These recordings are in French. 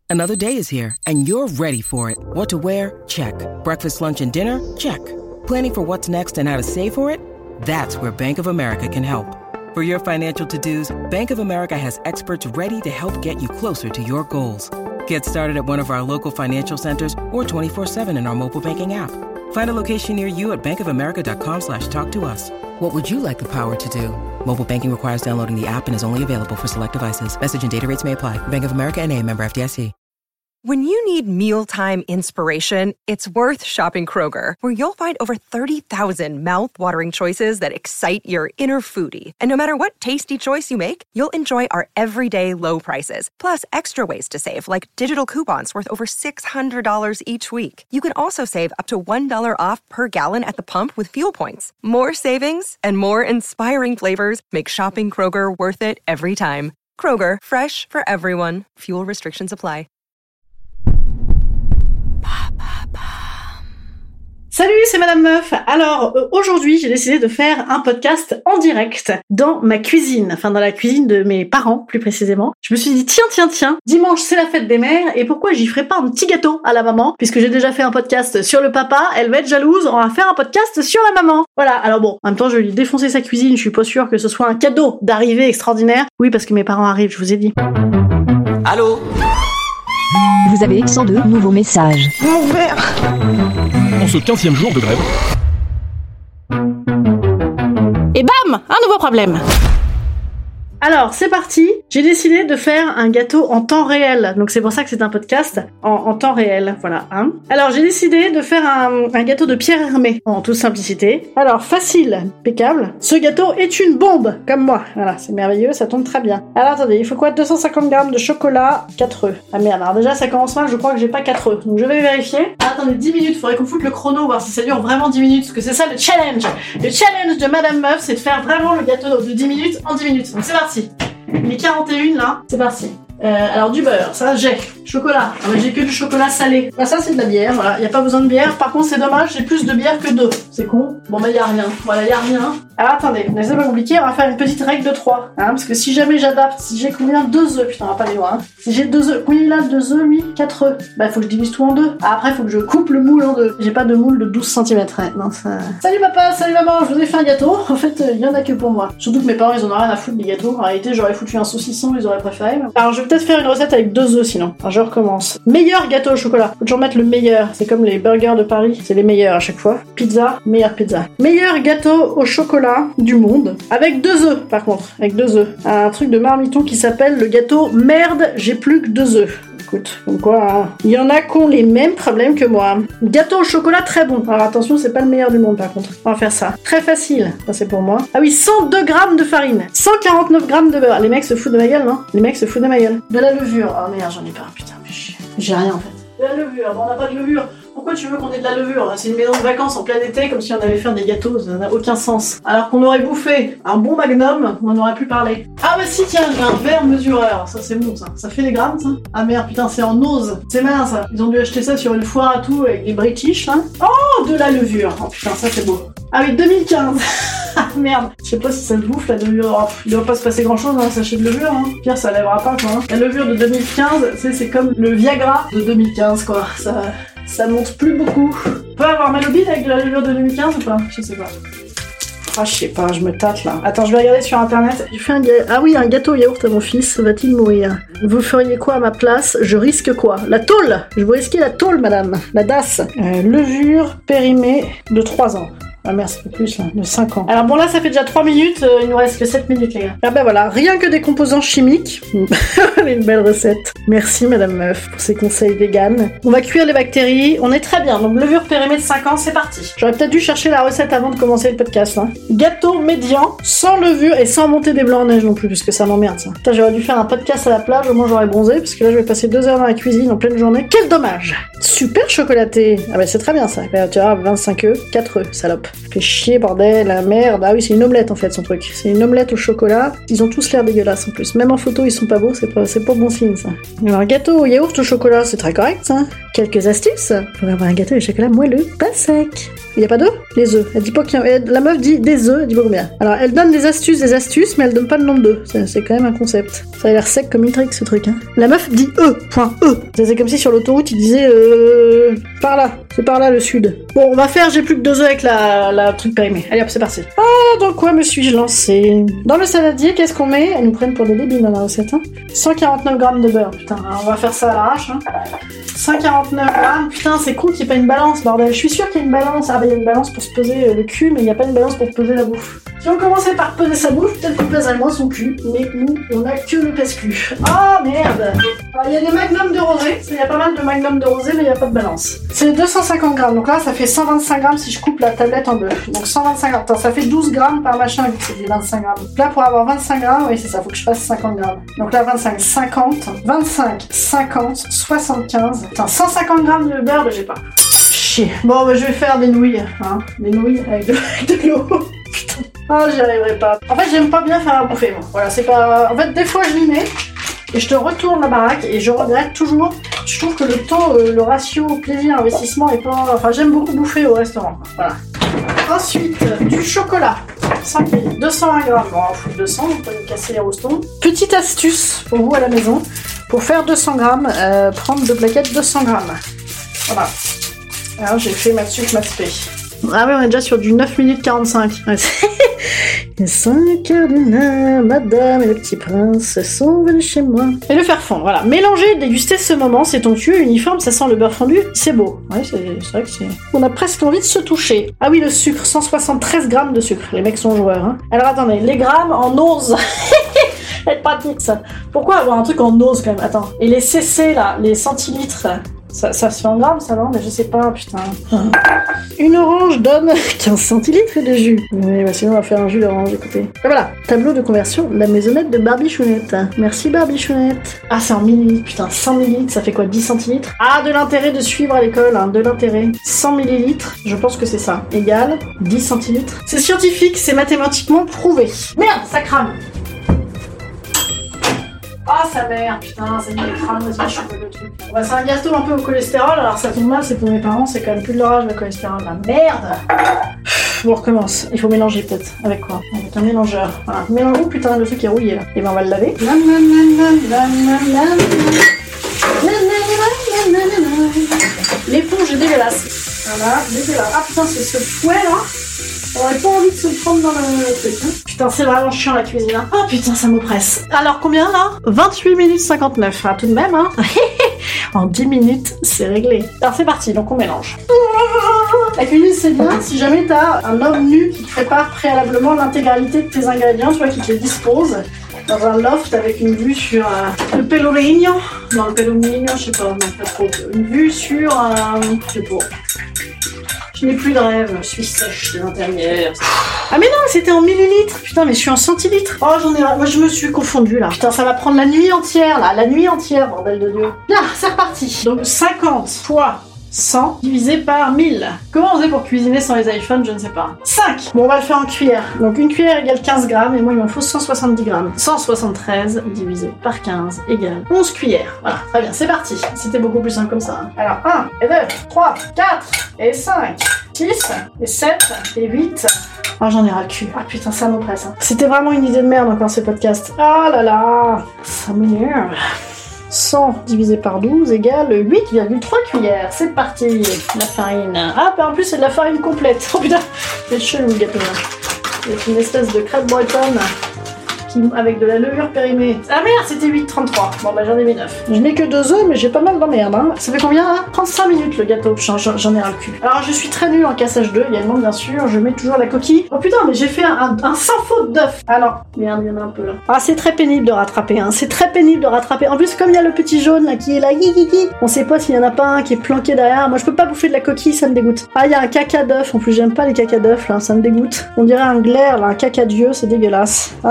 Another day is here, and you're ready for it. What to wear? Check. Breakfast, lunch, and dinner? Check. Planning for what's next and how to save for it? That's where Bank of America can help. For your financial to-dos, Bank of America has experts ready to help get you closer to your goals. Get started at one of our local financial centers or 24/7 in our mobile banking app. Find a location near you at bankofamerica.com/talktous. What would you like the power to do? Mobile banking requires downloading the app and is only available for select devices. Message and data rates may apply. Bank of America N.A., member FDIC. When you need mealtime inspiration, it's worth shopping Kroger, where you'll find over 30,000 mouth-watering choices that excite your inner foodie. And no matter what tasty choice you make, you'll enjoy our everyday low prices, plus extra ways to save, like digital coupons worth over $600 each week. You can also save up to $1 off per gallon at the pump with fuel points. More savings and more inspiring flavors make shopping Kroger worth it every time. Kroger, fresh for everyone. Fuel restrictions apply. Salut, c'est Madame Meuf. Alors, aujourd'hui, j'ai décidé de faire un podcast en direct dans ma cuisine, enfin dans la cuisine de mes parents, plus précisément. Je me suis dit, tiens, dimanche, c'est la fête des mères, et pourquoi j'y ferais pas un petit gâteau à la maman, puisque j'ai déjà fait un podcast sur le papa, elle va être jalouse, on va faire un podcast sur la maman. Voilà, alors bon, en même temps, je vais lui défoncer sa cuisine, je suis pas sûre que ce soit un cadeau d'arrivée extraordinaire. Oui, parce que mes parents arrivent, je vous ai dit. Allô ? Vous avez 102 nouveaux messages. Mon verre. En ce 15e jour de grève. Et bam, un nouveau problème. Alors, c'est parti. J'ai décidé de faire un gâteau en temps réel. Donc, c'est pour ça que c'est un podcast en temps réel. Voilà. Hein. Alors, j'ai décidé de faire un gâteau de Pierre Hermé, en toute simplicité. Alors, facile, impeccable. Ce gâteau est une bombe, comme moi. Voilà, c'est merveilleux, ça tombe très bien. Alors, attendez, il faut quoi ? 250 grammes de chocolat, 4 œufs. Ah merde, alors déjà, ça commence mal, je crois que j'ai pas 4 œufs. Donc, je vais vérifier. Ah, attendez, 10 minutes, faudrait qu'on foute le chrono, voir si ça dure vraiment 10 minutes, parce que c'est ça le challenge. Le challenge de Madame Meuf, c'est de faire vraiment le gâteau de 10 minutes en 10 minutes. Donc, c'est parti. Il est 41 là, c'est parti. Alors du beurre, ça j'ai. Chocolat, ah, mais j'ai que du chocolat salé. Bah ça c'est de la bière, voilà, y a pas besoin de bière. Par contre c'est dommage, j'ai plus de bière que d'eau. C'est con. Bon bah y a rien, voilà y a rien. Alors attendez, mais c'est pas compliqué, on va faire une petite règle de 3. Hein, parce que si jamais j'adapte, si j'ai combien 2 œufs, putain on va pas aller loin. Hein. Si j'ai 2 œufs, oui là 2 œufs, oui, 4 œufs. Bah faut que je divise tout en 2. Ah, après faut que je coupe le moule en 2. J'ai pas de moule de 12 cm. Ouais, non, ça... Salut papa, salut maman, je vous ai fait un gâteau. En fait, y en a que pour moi. Surtout que mes parents ils en ont rien à foutre des gâteaux. En réalité j'aurais foutu un saucisson, ils auraient préféré. Alors je vais peut-être faire une recette avec 2 œufs sinon. Alors je recommence. Meilleur gâteau au chocolat. Faut toujours mettre le meilleur. C'est comme les burgers de Paris. C'est les meilleurs à chaque fois. Pizza, meilleure pizza. Meilleur gâteau au chocolat du monde. Avec 2 œufs par contre. Avec 2 œufs. Un truc de marmiton qui s'appelle le gâteau merde, j'ai plus que 2 œufs. Écoute, comme quoi, hein. Il y en a qui ont les mêmes problèmes que moi. Gâteau au chocolat très bon. Alors attention, c'est pas le meilleur du monde par contre. On va faire ça. Très facile. Ça c'est pour moi. Ah oui, 102 grammes de farine. 149 grammes de beurre. Les mecs se foutent de ma gueule, non ? Les mecs se foutent de ma gueule. De la levure. Oh merde, j'en ai pas. Putain, j'ai rien en fait. De la levure. Bon, on n'a pas de levure. Pourquoi tu veux qu'on ait de la levure ? C'est une maison de vacances en plein été, comme si on allait faire des gâteaux, ça n'a aucun sens. Alors qu'on aurait bouffé un bon magnum, on aurait pu parler. Ah bah si, tiens, j'ai un verre mesureur, ça c'est bon ça. Ça fait les grammes ça ? Ah merde, putain, c'est en ose. C'est malin ça. Ils ont dû acheter ça sur une foire à tout avec des British, hein. Oh, de la levure. Oh putain, ça c'est beau. Ah oui, 2015. Ah merde, je sais pas si ça se bouffe la levure. Oh, il doit pas se passer grand chose dans un sachet de levure, hein. Pire, ça lèvera pas quoi. Hein. La levure de 2015, c'est comme le Viagra de 2015 quoi. Ça monte plus beaucoup. On peut avoir mal au bide avec de la levure de 2015 ou pas ? Je sais pas. Ah, je sais pas, je me tâte là. Attends, je vais regarder sur internet. J'ai fait un gâteau au yaourt à mon fils. Va-t-il mourir ? Vous feriez quoi à ma place ? Je risque quoi ? La tôle ! Je vous risquer la tôle, madame. La DAS. Levure périmée de 3 ans. Ah merde, ça fait plus là, de 5 ans. Alors bon là ça fait déjà 3 minutes, il nous reste que 7 minutes les gars. Ah ben voilà, rien que des composants chimiques. Une belle recette. Merci Madame Meuf pour ces conseils véganes. On va cuire les bactéries, on est très bien. Donc levure périmée de 5 ans, c'est parti. J'aurais peut-être dû chercher la recette avant de commencer le podcast. Hein. Gâteau médian, sans levure et sans monter des blancs en neige non plus, parce que ça m'emmerde ça. Putain, j'aurais dû faire un podcast à la plage, au moins j'aurais bronzé, parce que là je vais passer 2 heures dans la cuisine en pleine journée. Quel dommage. Super chocolaté. Ah ben c'est très bien ça. Tu vois, 25 œufs, 4 œufs, salope. Fait chier, bordel, la merde. Ah oui, c'est une omelette en fait son truc. C'est une omelette au chocolat. Ils ont tous l'air dégueulasses en plus. Même en photo, ils sont pas beaux, c'est pas bon signe ça. Alors, gâteau au yaourt au chocolat, c'est très correct ça. Quelques astuces pour avoir un gâteau au chocolat moelleux, pas sec. Il y a pas d'œufs? Les œufs. Elle dit pas qu'il y a... La meuf dit des œufs, elle dit pas combien. Alors, elle donne des astuces, mais elle donne pas le nombre d'œufs. C'est quand même un concept. Ça a l'air sec comme une trique ce truc, hein. La meuf dit point E. C'est comme si sur l'autoroute, il disait par là. C'est par là le sud. Bon, on va faire j'ai plus que 2 œufs avec la truc périmée. Allez hop, c'est parti. Ah, dans quoi me suis-je lancée? Dans le saladier, qu'est-ce qu'on met? Elles nous prennent pour des débiles dans la recette, hein. 149 grammes de beurre, putain. On va faire ça à l'arrache, hein. 149 grammes, putain, c'est con qu'il n'y ait pas une balance, bordel. Je suis sûre qu'il y a une balance. Ah bah il y a une balance pour se peser le cul, mais il n'y a pas une balance pour peser la bouffe. Si on commençait par peser sa bouffe, peut-être qu'on pèserait moins son cul, mais nous, on a que le pèse-cul. Ah merde. Alors il y a des magnums de rosé, il y a pas mal de magnums de rosé, mais il n'y a pas de balance. C'est 250 grammes, donc là ça fait 125 grammes si je coupe la tablette en deux. Donc 125 grammes, attends, ça fait 12 grammes par machin, c'est des 25 grammes. Donc là pour avoir 25 grammes, oui c'est ça, faut que je fasse 50 grammes. Donc là 25, 50, 25, 50, 75, putain 150 grammes de beurre, bah j'ai pas. Chier. Bon bah je vais faire des nouilles, hein, des nouilles avec de l'eau. Putain. Ah j'y arriverai pas. En fait j'aime pas bien faire à bouffer moi. Voilà, c'est pas... En fait des fois je m'y mets. Et je te retourne la baraque et je regrette toujours. Je trouve que le temps, le ratio plaisir-investissement est pas... Enfin, j'aime beaucoup bouffer au restaurant. Voilà. Ensuite, du chocolat. 5 ml, 220 grammes. Bon, on fout 200, on peut nous casser les rostons. Petite astuce pour vous à la maison. Pour faire 200 grammes, prendre 2 plaquettes 200 grammes. Voilà. Alors, j'ai fait ma sucre, ma spé. Ah oui, on est déjà sur du 9 minutes 45. Ouais, 5 heures d'une heure, madame et le petit prince sont venus chez moi. Et le faire fondre, voilà. Mélanger, déguster ce moment, c'est onctueux, uniforme, ça sent le beurre fondu, c'est beau. Ouais, c'est vrai que c'est... On a presque envie de se toucher. Ah oui, le sucre, 173 grammes de sucre. Les mecs sont joueurs, hein. Alors attendez, les grammes en ose. C'est pratique, ça. Pourquoi avoir un truc en ose, quand même? Attends. Et les cc, là, les centilitres... Ça se fait en grammes, ça, non? Mais je sais pas, putain. Une orange donne 15 centilitres de jus. Mais bah, sinon, on va faire un jus d'orange, écoutez. Et voilà, tableau de conversion, la maisonnette de Barbichounette. Merci, Barbichounette. Ah, c'est en millilitres, putain, 100 millilitres, ça fait quoi, 10 centilitres? Ah, de l'intérêt de suivre à l'école, hein, de l'intérêt. 100 millilitres, je pense que c'est ça, égale 10 centilitres. C'est scientifique, c'est mathématiquement prouvé. Merde, ça crame. Ah, sa mère, putain, ça y est, crame, vas-y, je chope le truc. Bah, c'est un gâteau un peu au cholestérol, alors ça tombe mal, c'est pour mes parents, c'est quand même plus de leur âge le cholestérol. La merde! Bon, on recommence. Il faut mélanger peut-être. Avec quoi? Avec un mélangeur. Voilà. Mélangeons, putain, le truc est rouillé là. Et ben on va le laver. L'éponge est dégueulasse. Voilà, dégueulasse. Ah putain, c'est ce fouet là. On aurait pas envie de se le prendre dans le truc, hein. Putain, c'est vraiment chiant la cuisine, hein. Oh putain, ça m'oppresse. Alors, combien, là? 28 minutes 59. Ah, tout de même, hein. En 10 minutes, c'est réglé. Alors, c'est parti, donc on mélange. La cuisine, c'est bien si jamais t'as un homme nu qui te prépare préalablement l'intégralité de tes ingrédients, tu vois, qui te les dispose dans un loft avec une vue sur le Pelorigno. Non, le Pelorigno, je sais pas, non, pas trop. Une vue sur... je sais pas. Je n'ai plus de rêve, je suis sèche de l'intérieur. Ah mais non, c'était en millilitres. Putain, mais je suis en centilitres. Oh, j'en ai... Moi, je me suis confondue, là. Putain, ça va prendre la nuit entière, là. La nuit entière, bordel de Dieu. Là, c'est reparti. Donc, 50 fois 100 divisé par 1000. Comment on faisait pour cuisiner sans les iPhones? Je ne sais pas. 5. Bon, on va le faire en cuillère. Donc, une cuillère égale 15 grammes, et moi, il m'en faut 170 grammes. 173 divisé par 15 égale 11 cuillères. Voilà, très bien, c'est parti. C'était beaucoup plus simple comme ça, hein. Alors, 1, et 2, 3, 4, et 5, 6, et 7, et 8... Oh, j'en ai ras le cul. Ah putain, ça m'oppresse, hein. C'était vraiment une idée de merde encore, ces podcasts. Ah là là, ça m'énerve. 100 divisé par 12 égale 8,3 cuillères. C'est parti, la farine. Ah, bah en plus, c'est de la farine complète. Oh putain, c'est chelou le gâteau, là. C'est une espèce de crêpe bretonne avec de la levure périmée. Ah merde, c'était 8,33. Bon bah j'en ai mis 9. Je n'ai que 2 œufs, mais j'ai pas mal d'emmerde, hein. Ça fait combien là? 35 minutes le gâteau. J'en ai ras le cul. Alors je suis très nulle en cassage d'œufs, également bien sûr. Je mets toujours la coquille. Oh putain, mais j'ai fait un sans faute d'œuf. Ah non, merde, il y en a un peu là. Ah, c'est très pénible de rattraper, hein. C'est très pénible de rattraper. En plus, comme il y a le petit jaune là qui est là, on sait pas s'il y en a pas un qui est planqué derrière. Moi je peux pas bouffer de la coquille, ça me dégoûte. Ah, il y a un caca d'œuf. En plus, j'aime pas les caca d'œuf là, ça me dégoûte. On dirait un glaire là, un caca d'yeux, c'est dégueulasse. Ah, puis il y a du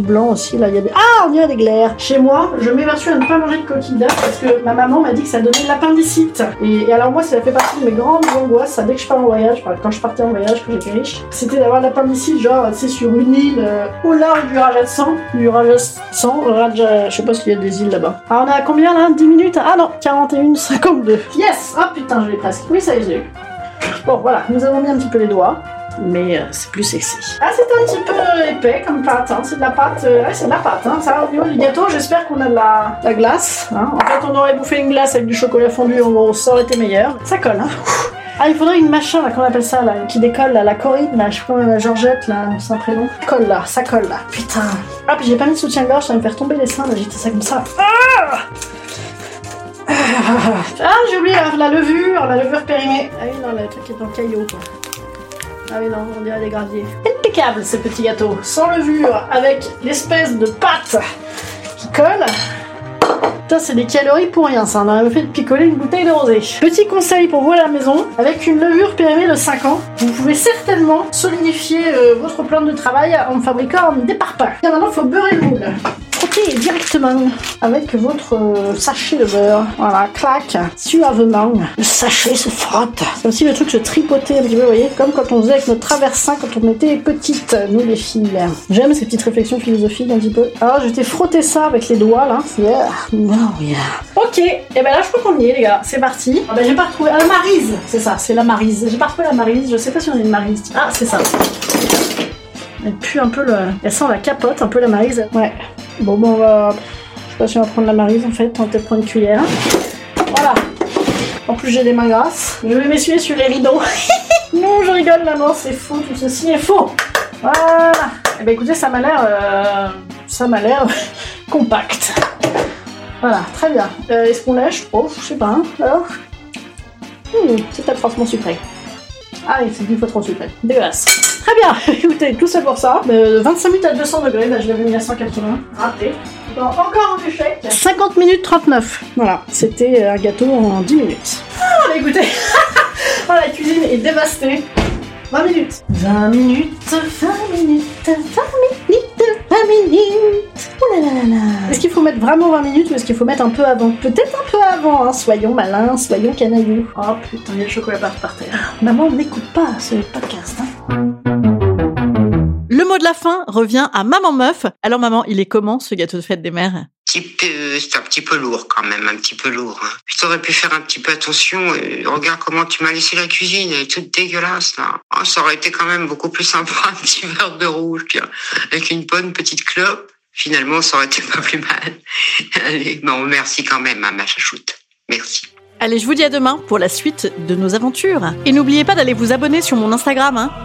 blanc aussi, là, il y a des... Ah, on dirait des glaires. Chez moi, je m'évertue à ne pas manger de coquilles d'œufs parce que ma maman m'a dit que ça donnait de l'appendicite. Et alors moi, ça fait partie de mes grandes angoisses, ça, dès que je pars en voyage, quand je partais en voyage, quand j'étais riche, c'était d'avoir de l'appendicite, genre, tu sais, sur une île au large du Rajasthan, je sais pas s'il y a des îles là-bas. Alors on est à combien là? 10 minutes? Ah non, 41,52. Yes! Oh putain, je l'ai presque. Oui, ça y est, je l'ai eu. Bon, voilà, nous avons mis un petit peu les doigts. Mais c'est plus sexy. Ah, c'est un petit peu épais comme pâte, hein. C'est de la pâte, ouais, c'est de la pâte, hein. Ça, au niveau du gâteau, j'espère qu'on a de la glace, hein. En fait, on aurait bouffé une glace avec du chocolat fondu, en gros, ça aurait été meilleur. Ça colle, hein. Ah, il faudrait une machin, là, qu'on appelle ça, là, qui décolle, là, la Corinne, là, je sais pas, la Georgette, là, c'est un prénom. Colle, là, ça colle, là. Putain. Ah, puis j'ai pas mis de soutien-gorge, ça va me faire tomber les seins, là, j'étais ça comme ça. Ah, j'ai oublié la levure périmée. Ah oui, non, le truc est en caillou, quoi. Ah oui, non, on dirait des graviers. Impeccable, ce petit gâteau. Sans levure, avec l'espèce de pâte qui colle. Putain, c'est des calories pour rien, ça. On aurait fait de picoler une bouteille de rosé. Petit conseil pour vous à la maison, avec une levure périmée de 5 ans, vous pouvez certainement solidifier votre plan de travail en fabriquant des parpaings. Et maintenant, il faut beurrer le moule. Frottez directement avec votre sachet de beurre. Voilà, clac, suavement. Le sachet se frotte. C'est aussi le truc se tripoter un petit peu, vous voyez, comme quand on faisait avec notre traversin quand on était petites, nous les filles. J'aime ces petites réflexions philosophiques un petit peu. Alors, je t'ai frotté ça avec les doigts, là. C'est... Ok, et ben là, je crois qu'on y est, les gars. C'est parti. Ah ben, j'ai pas retrouvé... Ah, la maryse. C'est ça, c'est la maryse. J'ai pas retrouvé la maryse. Je sais pas si on a une maryse. Ah, c'est ça. Elle pue un peu le... Elle sent la capote, un peu la maryse. Ouais. Bon, on va... Je sais pas si on va prendre la maryse, en fait. On va peut-être prendre une cuillère. Voilà. En plus, j'ai des mains grasses. Je vais m'essuyer sur les rideaux. Non, je rigole, maman. C'est faux. Tout ceci est faux. Voilà. Eh ben, écoutez, ça m'a l'air compact. Voilà, très bien. Est-ce qu'on lèche? Oh, je sais pas. Hein. Alors c'est atrocement sucré. Ah oui, c'est 10 fois trop sucré. Dégueulasse. Très bien. Écoutez, tout ça pour ça. 25 minutes à 200 degrés. Là, je l'avais mis à 180. Raté. Donc, encore un échec. 50 minutes 39. Voilà. C'était un gâteau en 10 minutes. Ah, bah écoutez. Oh, la cuisine est dévastée. 20 minutes. 20 minutes. 20 minutes. 20 minutes. 20 minutes. Oh là là là là. Est-ce qu'il faut mettre vraiment 20 minutes ou est-ce qu'il faut mettre un peu avant? Peut-être un peu avant, hein. Soyons malins, soyons canaillous. Oh putain, il y a le chocolat par terre. Maman, n'écoute pas ce podcast, hein. Le mot de la fin revient à Maman Meuf. Alors maman, il est comment ce gâteau de fête des mères? C'est un petit peu lourd quand même, un petit peu lourd. Hein. Puis t'aurais pu faire un petit peu attention. Regarde comment tu m'as laissé la cuisine, elle est toute dégueulasse là. Oh, ça aurait été quand même beaucoup plus sympa, un petit verre de rouge, puis, avec une bonne petite clope. Finalement, ça aurait été pas plus mal. Allez, bon, merci quand même, hein, ma chachoutte. Merci. Allez, je vous dis à demain pour la suite de nos aventures. Et n'oubliez pas d'aller vous abonner sur mon Instagram, hein.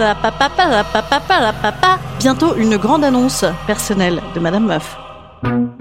Bientôt une grande annonce personnelle de Madame Meuf.